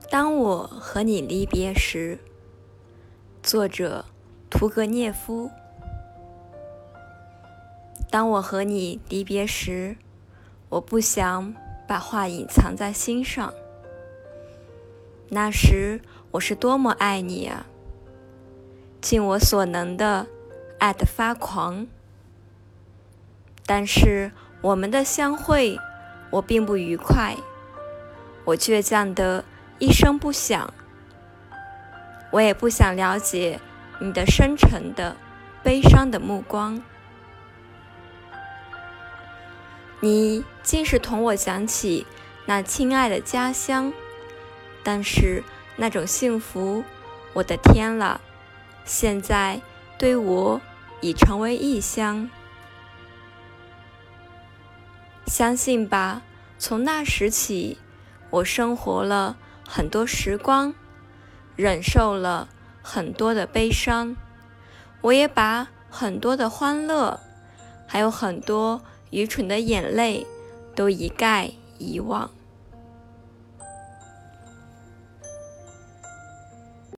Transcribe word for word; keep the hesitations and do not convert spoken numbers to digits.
当我和你离别时，作者屠格涅夫。当我和你离别时，我不想把话隐藏在心上。那时我是多么爱你啊，尽我所能的爱得发狂。但是我们的相会，我并不愉快，我倔强的一声不响。我也不想了解你的深沉的悲伤的目光。你竟是同我讲起那亲爱的家乡，但是那种幸福，我的天了，现在对我已成为异乡。相信吧，从那时起，我生活了很多时光，忍受了很多的悲伤，我也把很多的欢乐，还有很多愚蠢的眼泪都一概遗忘。